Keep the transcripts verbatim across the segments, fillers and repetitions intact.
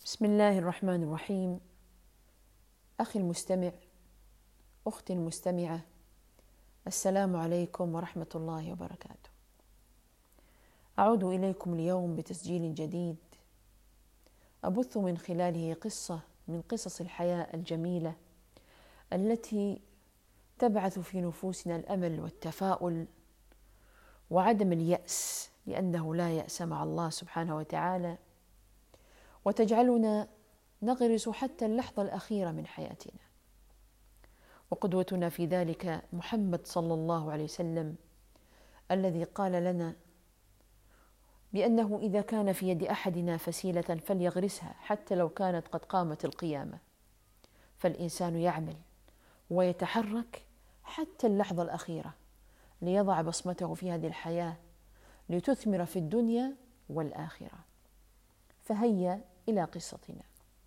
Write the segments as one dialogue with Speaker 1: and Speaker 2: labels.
Speaker 1: بسم الله الرحمن الرحيم. أخي المستمع، أختي المستمعة، السلام عليكم ورحمة الله وبركاته. أعود إليكم اليوم بتسجيل جديد أبث من خلاله قصة من قصص الحياة الجميلة التي تبعث في نفوسنا الأمل والتفاؤل وعدم اليأس، لأنه لا يأس مع الله سبحانه وتعالى، وتجعلنا نغرس حتى اللحظة الأخيرة من حياتنا. وقدوتنا في ذلك محمد صلى الله عليه وسلم، الذي قال لنا بأنه إذا كان في يد أحدنا فسيلة فليغرسها حتى لو كانت قد قامت القيامة. فالإنسان يعمل ويتحرك حتى اللحظة الأخيرة ليضع بصمته في هذه الحياة لتثمر في الدنيا والآخرة. فهيا إلى قصتنا.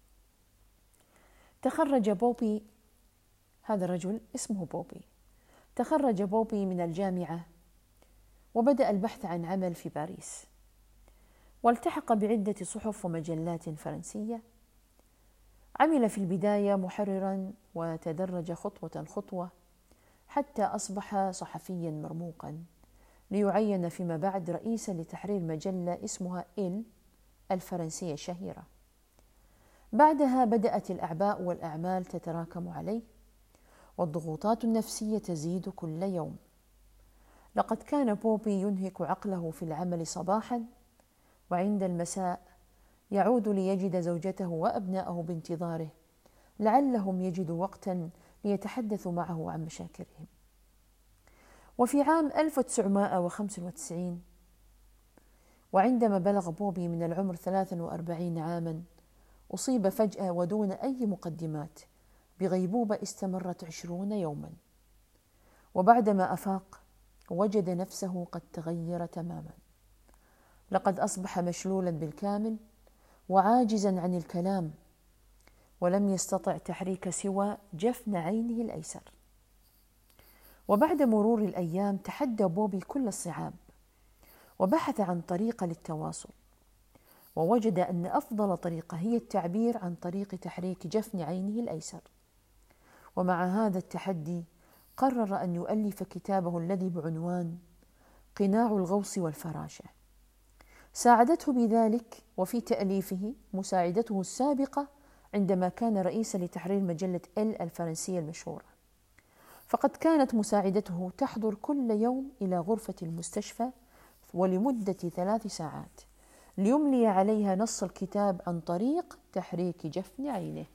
Speaker 1: تخرج بوبي، هذا الرجل اسمه بوبي، تخرج بوبي من الجامعة وبدأ البحث عن عمل في باريس، والتحق بعدة صحف ومجلات فرنسية. عمل في البداية محررا وتدرج خطوة خطوة حتى أصبح صحفيا مرموقا، ليعين فيما بعد رئيسا لتحرير مجلة اسمها إل الفرنسية الشهيرة. بعدها بدأت الأعباء والأعمال تتراكم عليه، والضغوطات النفسية تزيد كل يوم. لقد كان بوبي ينهك عقله في العمل صباحا، وعند المساء يعود ليجد زوجته وأبناءه بانتظاره، لعلهم يجدوا وقتا ليتحدثوا معه عن مشاكلهم. وفي عام ألف وتسعمائة وخمسة وتسعين، وعندما بلغ بوبي من العمر ثلاثا وأربعين عاما، أصيب فجأة ودون أي مقدمات بغيبوبة استمرت عشرون يوما. وبعدما أفاق وجد نفسه قد تغير تماما. لقد أصبح مشلولا بالكامل وعاجزا عن الكلام، ولم يستطع تحريك سوى جفن عينه الأيسر. وبعد مرور الأيام تحدى بوبي كل الصعاب، وبحث عن طريقة للتواصل، ووجد أن أفضل طريقة هي التعبير عن طريق تحريك جفن عينه الأيسر. ومع هذا التحدي قرر أن يؤلف كتابه الذي بعنوان قناع الغوص والفراشة. ساعدته بذلك وفي تأليفه مساعدته السابقة عندما كان رئيسا لتحرير مجلة إل الفرنسية المشهورة، فقد كانت مساعدته تحضر كل يوم إلى غرفة المستشفى ولمدة ثلاث ساعات ليملي عليها نص الكتاب عن طريق تحريك جفن عينه.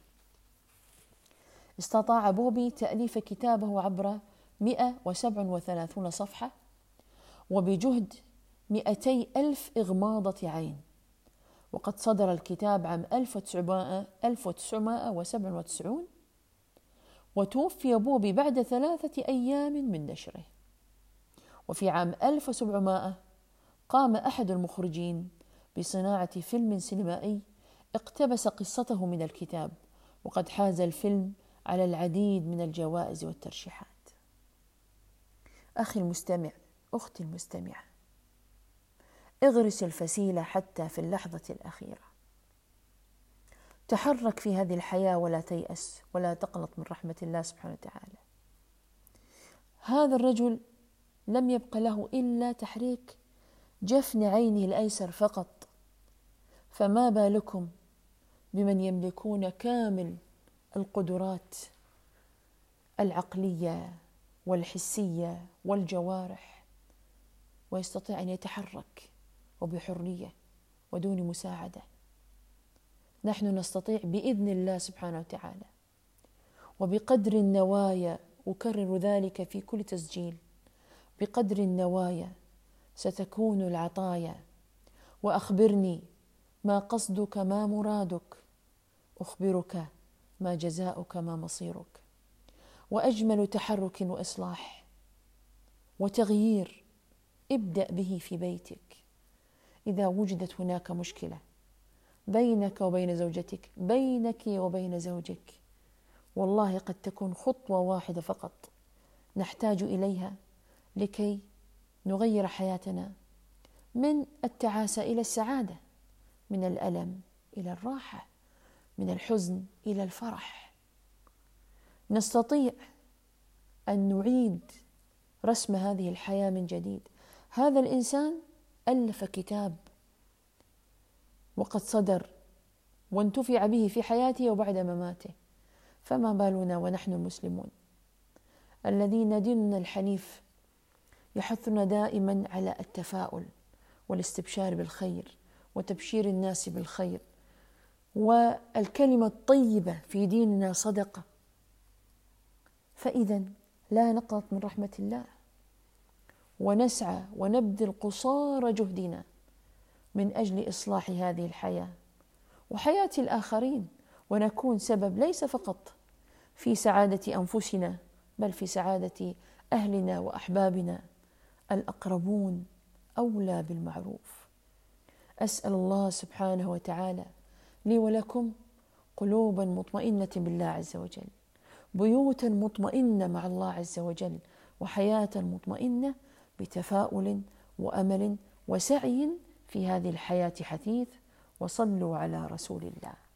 Speaker 1: استطاع بوبي تأليف كتابه عبر مئة وسبعة وثلاثين صفحة، وبجهد مئتي ألف إغماضة عين. وقد صدر الكتاب عام ألف وتسعمائة وسبعة وتسعين، وتوفي بوبي بعد ثلاثة أيام من نشره. وفي عام ألف وسبعمائة قام أحد المخرجين بصناعة فيلم سينمائي اقتبس قصته من الكتاب، وقد حاز الفيلم على العديد من الجوائز والترشيحات. أخي المستمع، أختي المستمعة، اغرس الفسيلة حتى في اللحظة الأخيرة. تحرك في هذه الحياة ولا تيأس ولا تقنط من رحمة الله سبحانه وتعالى. هذا الرجل لم يبق له إلا تحريك جفن عينه الأيسر فقط، فما بالكم بمن يملكون كامل القدرات العقلية والحسية والجوارح، ويستطيع أن يتحرك وبحرية ودون مساعدة. نحن نستطيع بإذن الله سبحانه وتعالى، وبقدر النوايا، أكرر ذلك في كل تسجيل، بقدر النوايا ستكون العطايا. وأخبرني ما قصدك ما مرادك، أخبرك ما جزاؤك ما مصيرك. وأجمل تحرك وإصلاح وتغيير ابدأ به في بيتك. إذا وجدت هناك مشكلة بينك وبين زوجتك، بينك وبين زوجك، والله قد تكون خطوة واحدة فقط نحتاج إليها لكي نغير حياتنا من التعاسة إلى السعادة، من الألم إلى الراحة، من الحزن إلى الفرح. نستطيع أن نعيد رسم هذه الحياة من جديد. هذا الإنسان ألف كتاب وقد صدر وانتفع به في حياته وبعد مماته، فما بالنا ونحن المسلمون الذين ديننا الحنيف يحثنا دائما على التفاؤل والاستبشار بالخير وتبشير الناس بالخير، والكلمة الطيبة في ديننا صدقة. فإذا لا نقنط من رحمة الله، ونسعى ونبذل قصارى جهدنا من أجل إصلاح هذه الحياة وحياة الآخرين، ونكون سبب ليس فقط في سعادة أنفسنا بل في سعادة أهلنا وأحبابنا. الأقربون أولى بالمعروف. أسأل الله سبحانه وتعالى لي ولكم قلوبا مطمئنة بالله عز وجل، بيوتا مطمئنة مع الله عز وجل، وحياة مطمئنة بتفاؤل وأمل وسعي في هذه الحياة حثيث. وصلوا على رسول الله.